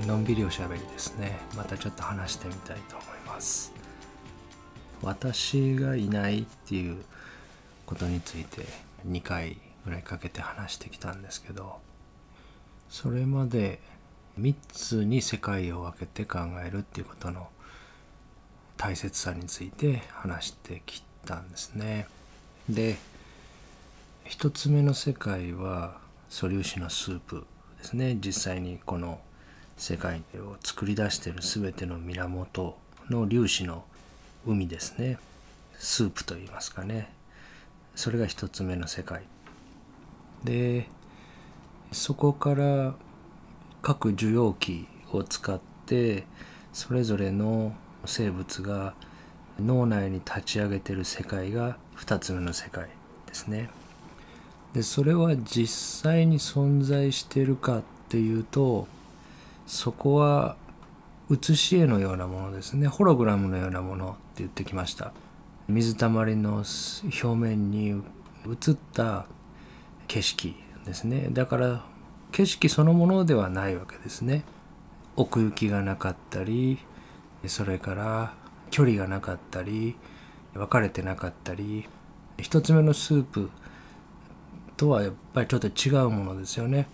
のんびりおしゃべりですね。またちょっと話してみたいと思います。私がいないっていうことについて2回ぐらいかけて話してきたんですけど、それまで3つに世界を分けて考えるっていうことの大切さについて話してきたんですね。で、1つ目の世界は素粒子のスープですね。実際にこの世界を作り出している全ての源の粒子の海ですね。スープといいますかね。それが1つ目の世界で、そこから各受容器を使ってそれぞれの生物が脳内に立ち上げている世界が2つ目の世界ですね。でそれは実際に存在しているかっていうと、そこは写し絵のようなものですね。ホログラムのようなものって言ってきました。水たまりの表面に映った景色ですね。だから景色そのものではないわけですね。奥行きがなかったり、それから距離がなかったり、分かれてなかったり、一つ目のスープとはやっぱりちょっと違うものですよね。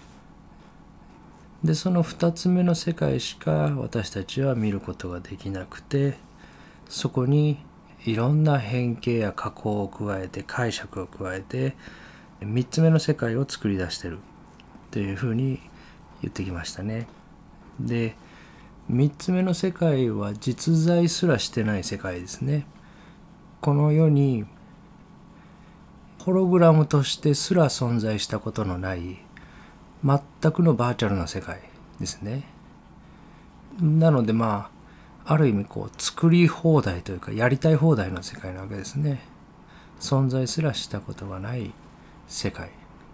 でその2つ目の世界しか私たちは見ることができなくて、そこにいろんな変形や加工を加えて解釈を加えて3つ目の世界を作り出してるというふうに言ってきましたね。で3つ目の世界は実在すらしてない世界ですね。この世にホログラムとしてすら存在したことのない全くのバーチャルな世界ですね。なのである意味作り放題というかやりたい放題の世界なわけですね。存在すらしたことがない世界、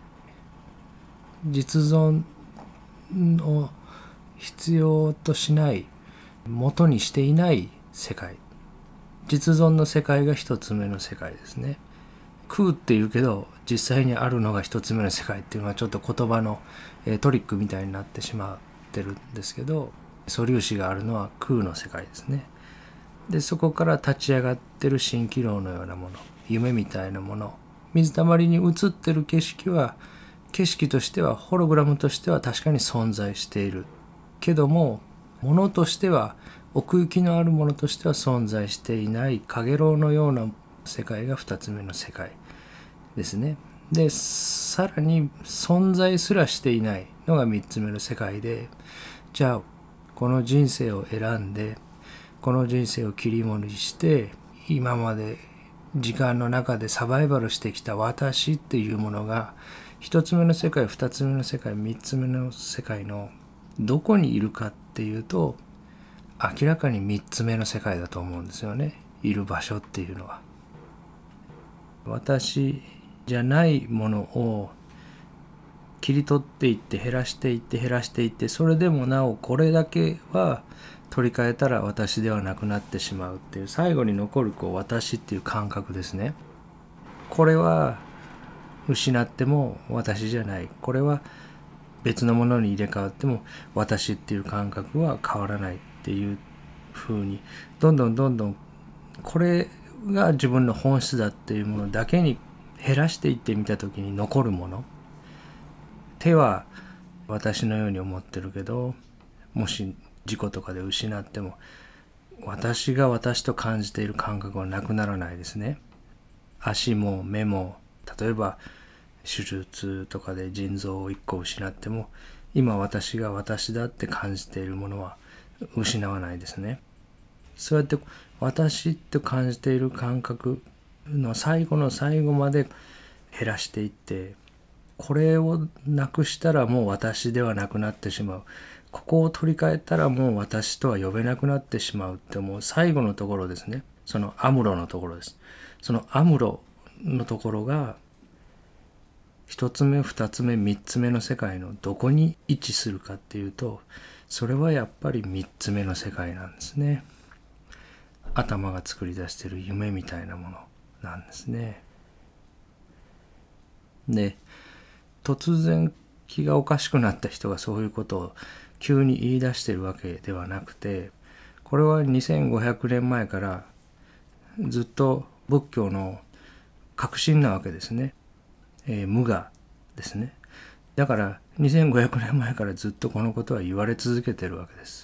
実存を必要としない、元にしていない世界、実存の世界が一つ目の世界ですね。空っていうけど実際にあるのが一つ目の世界っていうのはちょっと言葉のトリックみたいになってしまってるんですけど、素粒子があるのは空の世界ですね。でそこから立ち上がってる蜃気楼のようなもの、夢みたいなもの、水たまりに映ってる景色は景色としてはホログラムとしては確かに存在しているけども、ものとしては奥行きのあるものとしては存在していない陽炎のような世界が2つ目の世界ですね。でさらに存在すらしていないのが3つ目の世界で、じゃあこの人生を選んでこの人生を切り盛りして今まで時間の中でサバイバルしてきた私っていうものが1つ目の世界、2つ目の世界、3つ目の世界のどこにいるかっていうと、明らかに3つ目の世界だと思うんですよね。いる場所っていうのは私じゃないものを切り取っていって減らしていって減らしていって、それでもなおこれだけは取り替えたら私ではなくなってしまうっていう、最後に残る私っていう感覚ですね。これは失っても私じゃない、これは別のものに入れ替わっても私っていう感覚は変わらないっていう風に、どんどんこれが自分の本質だっていうものだけに減らしていってみた時に残るもの、手は私のように思ってるけど、もし事故とかで失っても私が私と感じている感覚はなくならないですね。足も目も、例えば手術とかで腎臓を1個失っても今私が私だって感じているものは失わないですね。そうやって私って感じている感覚の最後の最後まで減らしていって、これをなくしたらもう私ではなくなってしまう、ここを取り替えたらもう私とは呼べなくなってしまうって、もう最後のところですね。そのアムロのところです。そのアムロのところが一つ目二つ目三つ目の世界のどこに位置するかっていうと、それはやっぱり三つ目の世界なんですね。頭が作り出している夢みたいなものなんですね。で突然気がおかしくなった人がそういうことを急に言い出してるわけではなくて、これは2500年前からずっと仏教の核心なわけですね。無我ですね。だから2500年前からずっとこのことは言われ続けてるわけです。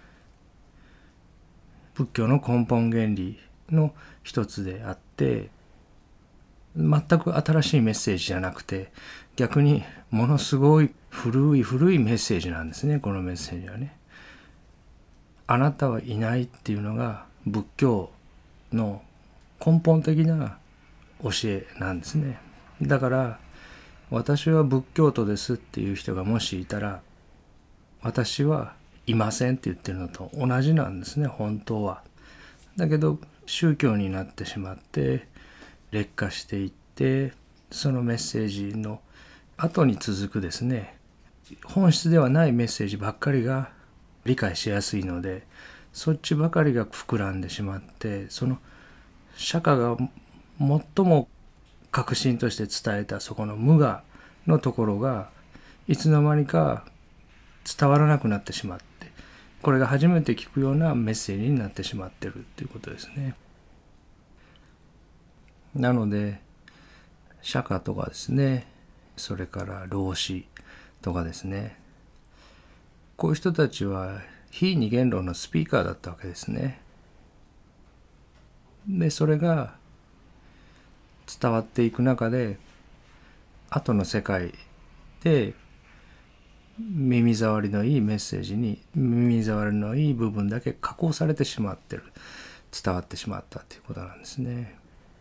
仏教の根本原理の一つであって、全く新しいメッセージじゃなくて、逆にものすごい古いメッセージなんですね、このメッセージはね。あなたはいないっていうのが仏教の根本的な教えなんですね。だから私は仏教徒ですっていう人がもしいたら、私はいませんって言ってるのと同じなんですね、本当は。だけど宗教になってしまって劣化していって、そのメッセージの後に続くですね、本質ではないメッセージばっかりが理解しやすいので、そっちばかりが膨らんでしまって、その釈迦が最も核心として伝えたそこの無我のところがいつの間にか伝わらなくなってしまって、これが初めて聞くようなメッセージになってしまってるっていうことですね。なので釈迦とかですね、それから老子とかですね、こういう人たちは非二元論のスピーカーだったわけですね。でそれが伝わっていく中で、後の世界で耳障りのいいメッセージに耳障りのいい部分だけ加工されてしまってる、伝わってしまったということなんですね。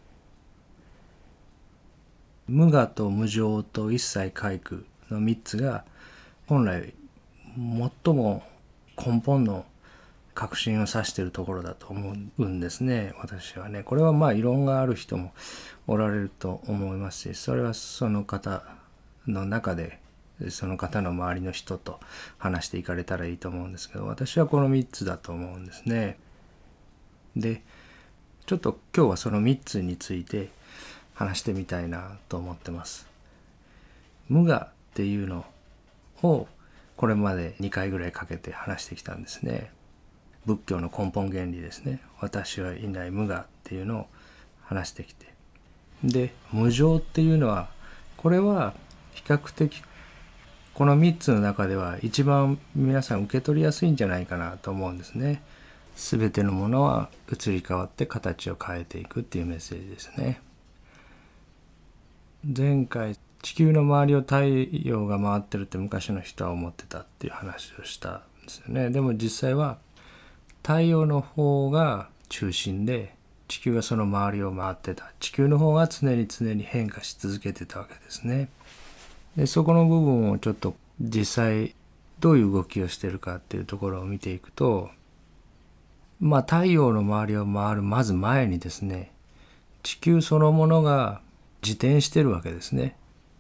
無我と無常と一切皆空の3つが本来最も根本の確信を指しているところだと思うんですね、私はね。これはまあ異論がある人もおられると思いますし、それはその方の中でその方の周りの人と話していかれたらいいと思うんですけど、私はこの3つだと思うんですね。でちょっと今日はその3つについて話してみたいなと思ってます。無我っていうのをこれまで2回ぐらいかけて話してきたんですね。仏教の根本原理ですね。私はいない無我っていうのを話してきて、で無常っていうのは、これは比較的この3つの中では一番皆さん受け取りやすいんじゃないかなと思うんですね。すべてのものは移り変わって形を変えていくっていうメッセージですね。前回地球の周りを太陽が回ってるって昔の人は思ってたっていう話をしたんですよね。でも実際は太陽の方が中心で、地球はその周りを回ってた。地球の方が常に変化し続けてたわけですね。でそこの部分をちょっと実際どういう動きをしてるかっていうところを見ていくと、太陽の周りを回るまず前にですね、地球そのものが自転してるわけですね。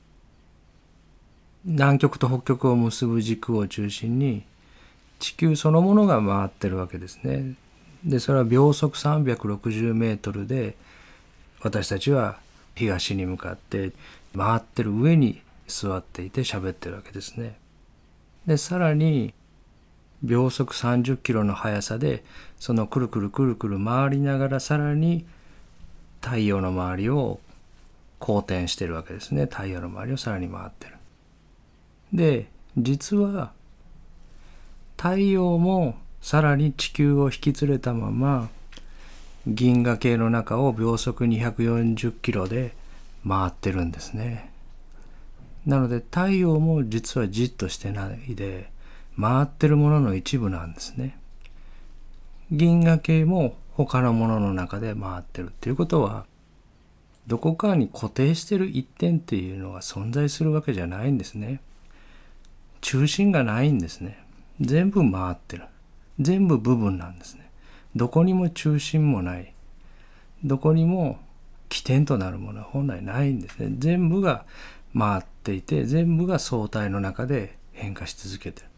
南極と北極を結ぶ軸を中心に地球そのものが回ってるわけですね。でそれは秒速360メートルで、私たちは東に向かって回ってる上に座っていて喋ってるわけですね。でさらに秒速30キロの速さでそのくるくる回りながら、さらに太陽の周りを公転してるわけですね。太陽の周りをさらに回ってる。で実は太陽もさらに地球を引き連れたまま銀河系の中を秒速240キロで回ってるんですね。なので太陽も実はじっとしてないで回ってるものの一部なんですね。銀河系も他のものの中で回ってるっていうことは、どこかに固定してる一点っていうのが存在するわけじゃないんですね。中心がないんですね。全部回ってる。全部部分なんですね。どこにも中心もない。どこにも起点となるものは本来ないんですね。全部が回っていて、全部が相対の中で変化し続けてる。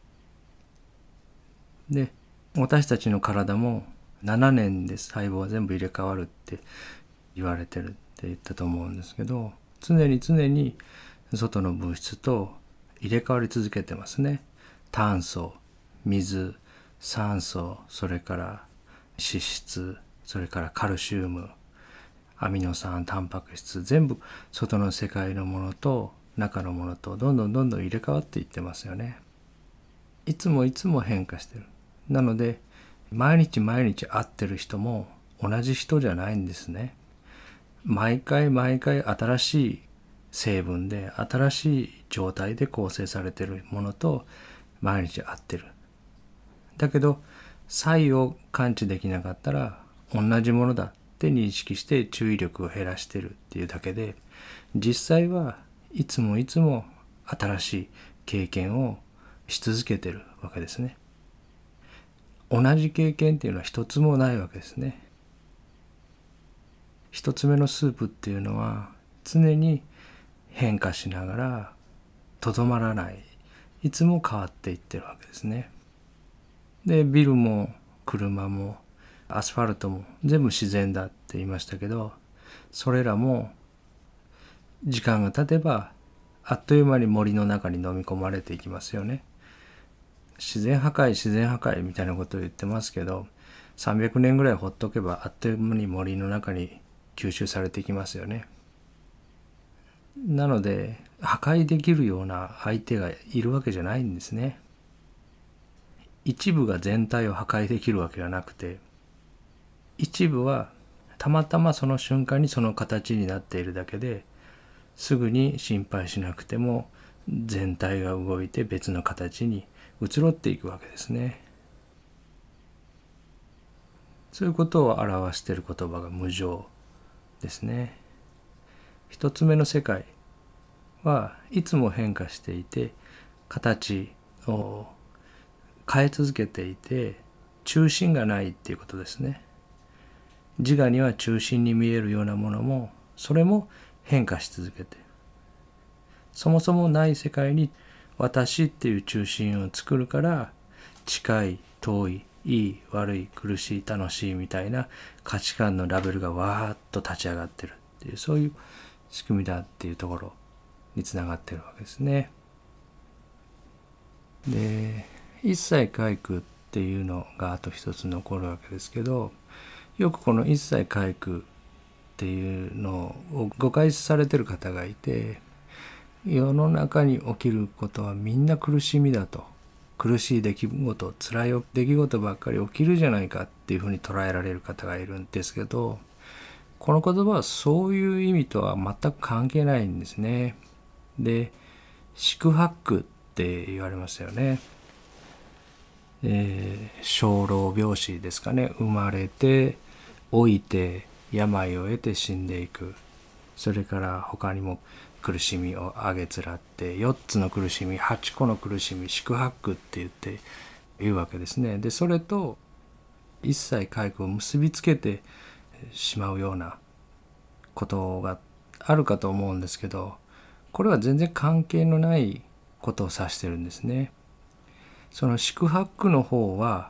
で私たちの体も7年で細胞は全部入れ替わるって言われてるって言ったと思うんですけど、常に外の物質と入れ替わり続けてますね。 炭素、水、酸素、それから脂質、それからカルシウム、アミノ酸、タンパク質、全部外の世界のものと中のものとどんどん入れ替わっていってますよね。いつも変化してる。なので毎日会ってる人も同じ人じゃないんですね。毎回新しい成分で新しい状態で構成されているものと毎日会ってる。だけど差異を感知できなかったら同じものだって認識して注意力を減らしてるっていうだけで、実際はいつも新しい経験をし続けてるわけですね。同じ経験っていうのは一つもないわけですね。一つ目のスープっていうのは常に変化しながらとどまらない、いつも変わっていってるわけですね。でビルも車もアスファルトも全部自然だって言いましたけど、それらも時間が経てばあっという間に森の中に飲み込まれていきますよね。自然破壊みたいなことを言ってますけど、300年ぐらいほっとけばあっという間に森の中に吸収されていきますよね。なので破壊できるような相手がいるわけじゃないんですね。一部が全体を破壊できるわけじゃなくて、一部はたまたまその瞬間にその形になっているだけで、すぐに心配しなくても全体が動いて別の形に移ろっていくわけですね。そういうことを表している言葉が無常ですね。一つ目の世界はいつも変化していて、形を変え続けていて、中心がないっていうことですね。自我には中心に見えるようなものも、それも変化し続けて、そもそもない世界に私っていう中心を作るから、近い遠いいい悪い苦しい楽しいみたいな価値観のラベルがわーっと立ち上がってるっていう、そういう仕組みだっていうところにつながってるわけですね。で一切皆空っていうのがあと一つ残るわけですけど、よくこの一切皆空っていうのを誤解されてる方がいて、世の中に起きることはみんな苦しみだと、苦しい出来事、辛い出来事ばっかり起きるじゃないかっていうふうに捉えられる方がいるんですけど、この言葉はそういう意味とは全く関係ないんですね。で、四苦八苦って言われますよね。生老病死ですかね。生まれて老いて病を得て死んでいく、それから他にも苦しみをあげつらって4つの苦しみ、8個の苦しみ、四苦八苦って言うわけですね。でそれと一切皆空を結びつけてしまうようなことがあるかと思うんですけど、これは全然関係のないことを指してるんですね。その四苦八苦の方は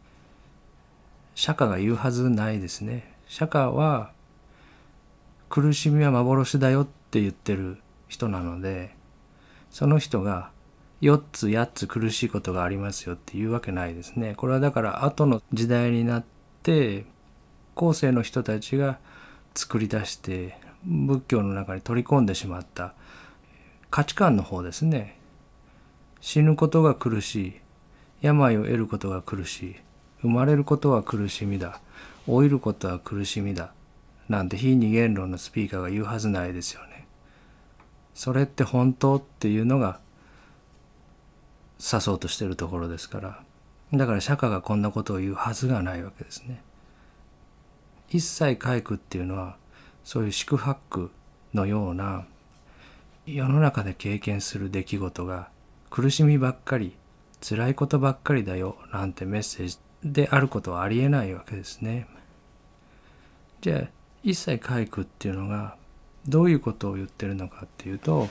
釈迦が言うはずないですね。釈迦は苦しみは幻だよって言ってる人なので、その人が4つ8つ苦しいことがありますよっていうわけないですね。これはだから後の時代になって後世の人たちが作り出して仏教の中に取り込んでしまった価値観の方ですね。死ぬことが苦しい、病を得ることが苦しい、生まれることは苦しみだ、老いることは苦しみだなんて非二元論のスピーカーが言うはずないですよね。それって本当っていうのが指そうとしているところですから、だから釈迦がこんなことを言うはずがないわけですね。一切皆空っていうのはそういう四苦八苦のような世の中で経験する出来事が苦しみばっかり、辛いことばっかりだよなんてメッセージであることはありえないわけですね。じゃあ一切皆空っていうのがどういうことを言ってるのかっていうと、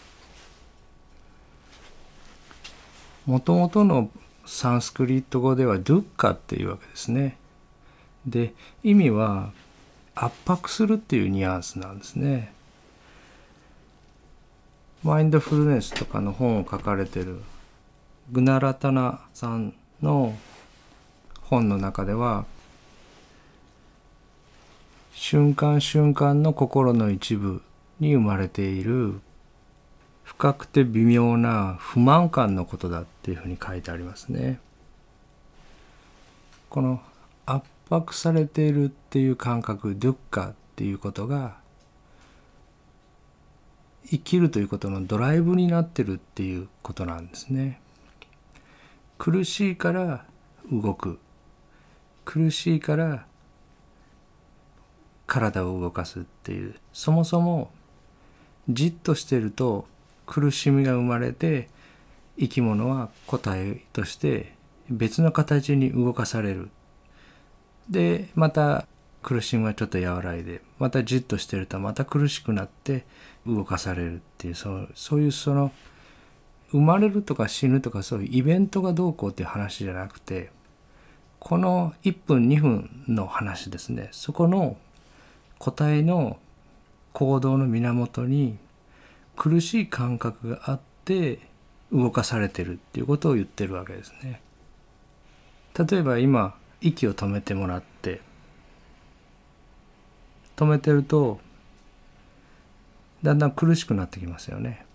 もともとのサンスクリット語ではドゥッカっていうわけですね。で意味は圧迫するっていうニュアンスなんですね。マインドフルネスとかの本を書かれてるグナラタナさんの本の中では、瞬間瞬間の心の一部に生まれている深くて微妙な不満感のことだっていうふうに書いてありますね。この圧迫されているっていう感覚、ドゥッカっていうことが生きるということのドライブになってるっていうことなんですね。苦しいから動く、苦しいから体を動かすっていう、そもそもじっとしていると苦しみが生まれて、生き物は個体として別の形に動かされる。でまた苦しみがちょっと和らいで、またじっとしているとまた苦しくなって動かされるっていう、そういうその生まれるとか死ぬとかそういうイベントがどうこうっていう話じゃなくて、この1分2分の話ですね。そこの個体の行動の源に苦しい感覚があって動かされてるっていうことを言ってるわけですね。例えば今息を止めてもらって、止めてるとだんだん苦しくなってきますよね。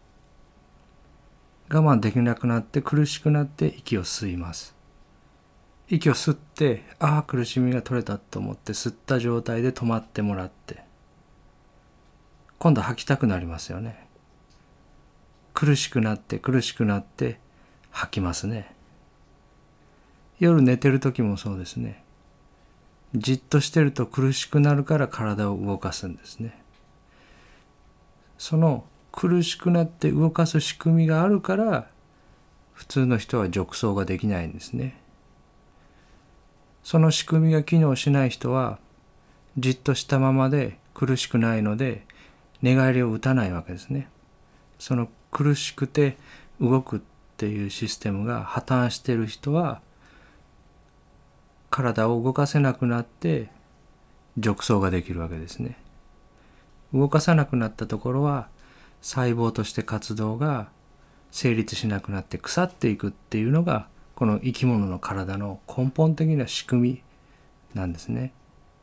我慢できなくなって苦しくなって息を吸います。息を吸って、ああ苦しみが取れたと思って吸った状態で止まってもらって、今度吐きたくなりますよね。苦しくなって苦しくなって吐きますね。夜寝てる時もそうですね。じっとしてると苦しくなるから体を動かすんですね。その苦しくなって動かす仕組みがあるから普通の人は褥瘡ができないんですね。その仕組みが機能しない人はじっとしたままで苦しくないので寝返りを打たないわけですね。その苦しくて動くっていうシステムが破綻している人は体を動かせなくなって褥瘡ができるわけですね。動かさなくなったところは細胞として活動が成立しなくなって腐っていくっていうのがこの生き物の体の根本的な仕組みなんですね。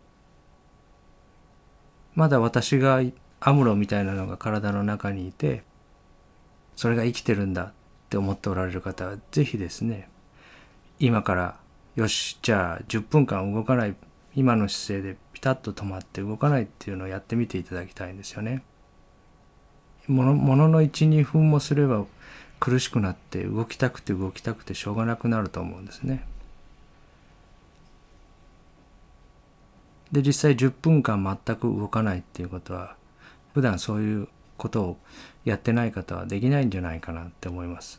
まだ私がアムロみたいなのが体の中にいて、それが生きてるんだって思っておられる方はぜひですね、今からよしじゃあ10分間動かない、今の姿勢でピタッと止まって動かないっていうのをやってみていただきたいんですよね。ものの 1,2 分もすれば苦しくなって動きたくて動きたくてしょうがなくなると思うんですね。で実際10分間全く動かないっていうことは普段そういうことをやってない方はできないんじゃないかなって思います。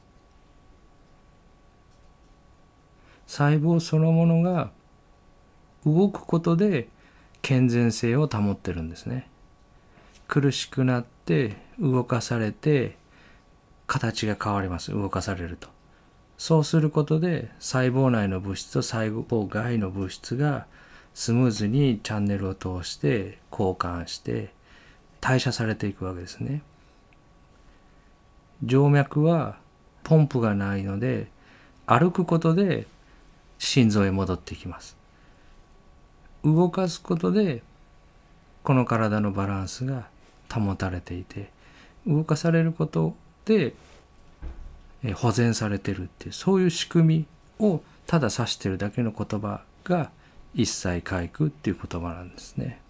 細胞そのものが動くことで健全性を保ってるんですね。苦しくなって動かされて形が変わります。動かされると。そうすることで細胞内の物質と細胞外の物質がスムーズにチャンネルを通して交換して代謝されていくわけですね。静脈はポンプがないので歩くことで心臓へ戻ってきます。動かすことでこの体のバランスが保たれていて、動かされることで保全されてるっていう、そういう仕組みをただ指してるだけの言葉が一切皆空っていう言葉なんですね。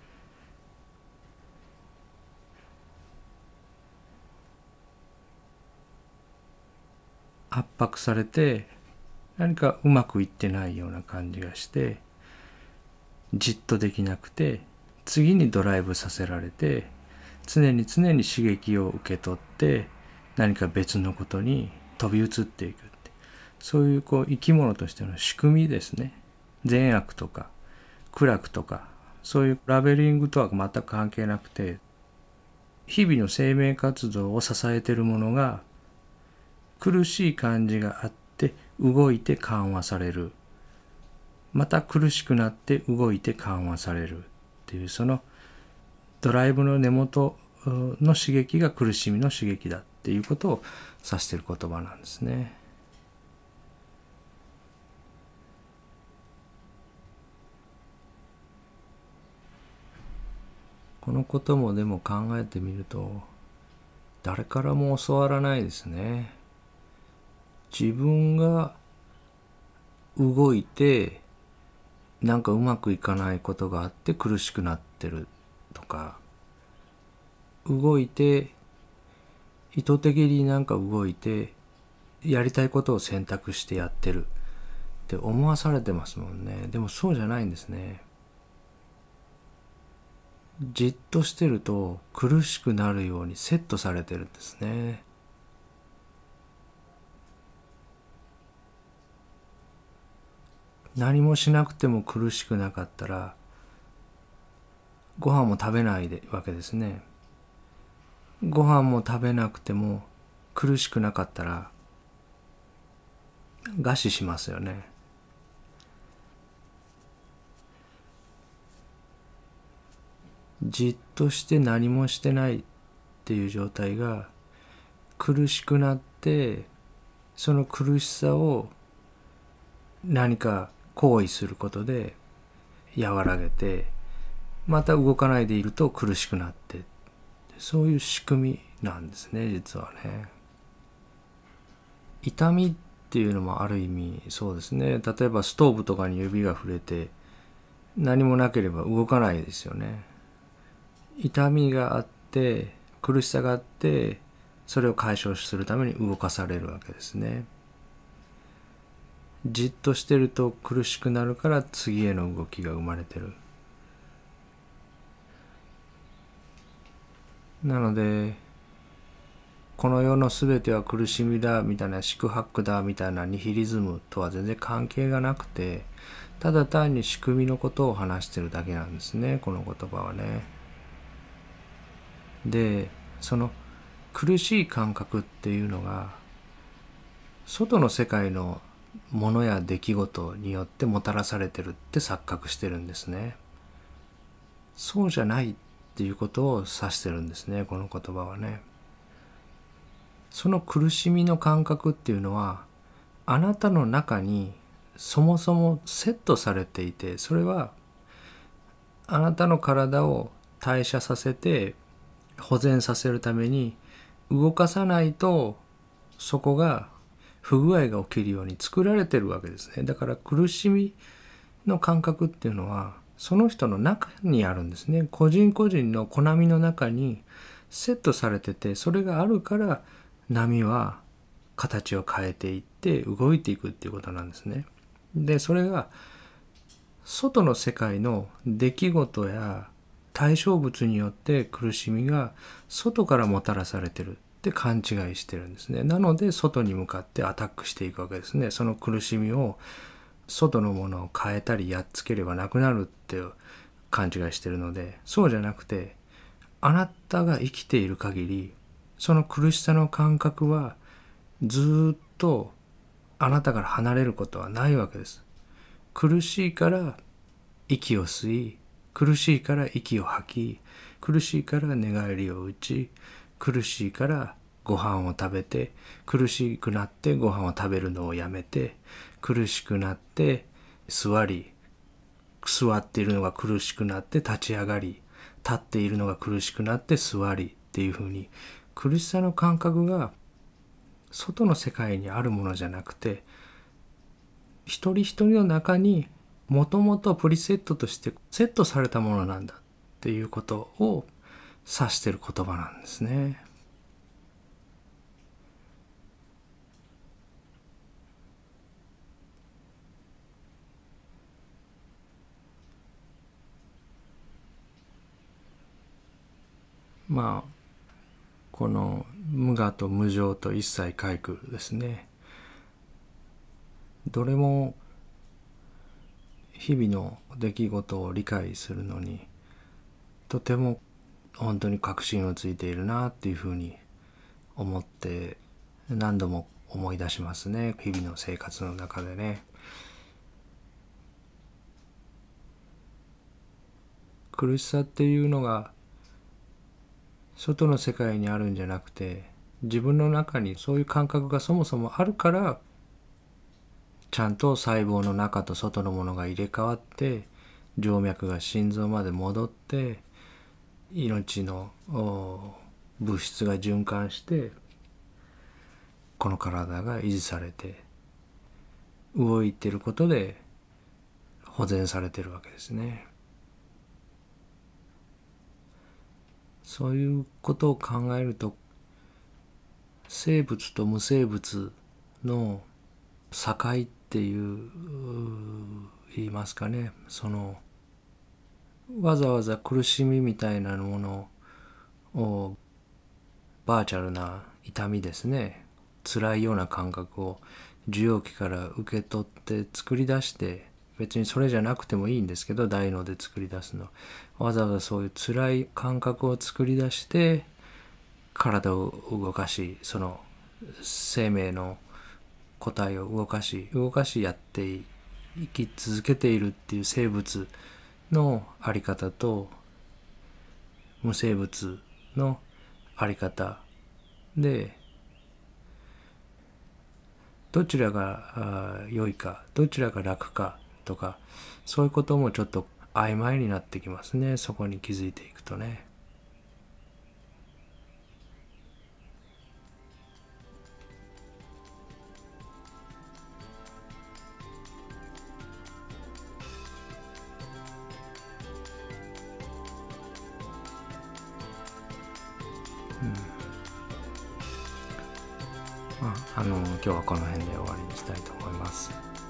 圧迫されて何かうまくいってないような感じがしてじっとできなくて、次にドライブさせられて常に常に刺激を受け取って何か別のことに飛び移っていくって、そういう生き物としての仕組みですね。善悪とか苦楽とかそういうラベリングとは全く関係なくて、日々の生命活動を支えているものが苦しい感じがあって動いて緩和される、また苦しくなって動いて緩和されるっていう、そのドライブの根元の刺激が苦しみの刺激だっていうことを指している言葉なんですね。 このこともでも考えてみると誰からも教わらないですね。自分が動いてなんかうまくいかないことがあって苦しくなってるとか、動いて意図的になんか動いてやりたいことを選択してやってるって思わされてますもんね。でもそうじゃないんですね。じっとしてると苦しくなるようにセットされてるんですね。何もしなくても苦しくなかったらご飯も食べないわけですね。ご飯も食べなくても苦しくなかったら餓死しますよね。じっとして何もしてないっていう状態が苦しくなって、その苦しさを何か行為することで和らげて、また動かないでいると苦しくなって、そういう仕組みなんですね、実はね。痛みっていうのもある意味そうですね。例えばストーブとかに指が触れて何もなければ動かないですよね。痛みがあって苦しさがあって、それを解消するために動かされるわけですね。じっとしてると苦しくなるから次への動きが生まれてる。なのでこの世の全ては苦しみだみたいな、四苦八苦だみたいなニヒリズムとは全然関係がなくて、ただ単に仕組みのことを話してるだけなんですね、この言葉はね。で、その苦しい感覚っていうのが外の世界のものや出来事によってもたらされてるって錯覚してるんですね。そうじゃないっていうことを指してるんですね、この言葉はね。その苦しみの感覚っていうのはあなたの中にそもそもセットされていて、それはあなたの体を代謝させて保全させるために動かさないと、そこが不具合が起きるように作られてるわけですね。だから苦しみの感覚っていうのはその人の中にあるんですね。個人個人の好みの中にセットされてて、それがあるから波は形を変えていって動いていくっていうことなんですね。で、それが外の世界の出来事や対象物によって苦しみが外からもたらされてるって勘違いしてるんですね。なので外に向かってアタックしていくわけですね。その苦しみを外のものを変えたりやっつければなくなるって勘違いしてるので、そうじゃなくて、あなたが生きている限りその苦しさの感覚はずっとあなたから離れることはないわけです。苦しいから息を吸い、苦しいから息を吐き、苦しいから寝返りを打ち、苦しいからご飯を食べて、苦しくなってご飯を食べるのをやめて、苦しくなって座り、座っているのが苦しくなって立ち上がり、立っているのが苦しくなって座りっていうふうに、苦しさの感覚が外の世界にあるものじゃなくて、一人一人の中にもともとプリセットとしてセットされたものなんだっていうことを指している言葉なんですね。まあこの無我と無常と一切皆空ですね。どれも日々の出来事を理解するのにとても本当に確信をついているなっていうふうに思って何度も思い出しますね、日々の生活の中でね。苦しさっていうのが外の世界にあるんじゃなくて、自分の中にそういう感覚がそもそもあるから、ちゃんと細胞の中と外のものが入れ替わって静脈が心臓まで戻って命の物質が循環してこの体が維持されて動いていることで保全されているわけですね。そういうことを考えると生物と無生物の境っていう言いますかね、そのわざわざ苦しみみたいなものをバーチャルな痛みですね、辛いような感覚を受容器から受け取って作り出して、別にそれじゃなくてもいいんですけど、大脳で作り出すのわざわざそういう辛い感覚を作り出して体を動かし、その生命の個体を動かしやって生き続けているっていう生物のあり方と無生物のあり方で、どちらが良いかどちらが楽かとか、そういうこともちょっと曖昧になってきますね、そこに気づいていくとね。今日はこの辺で終わりにしたいと思います。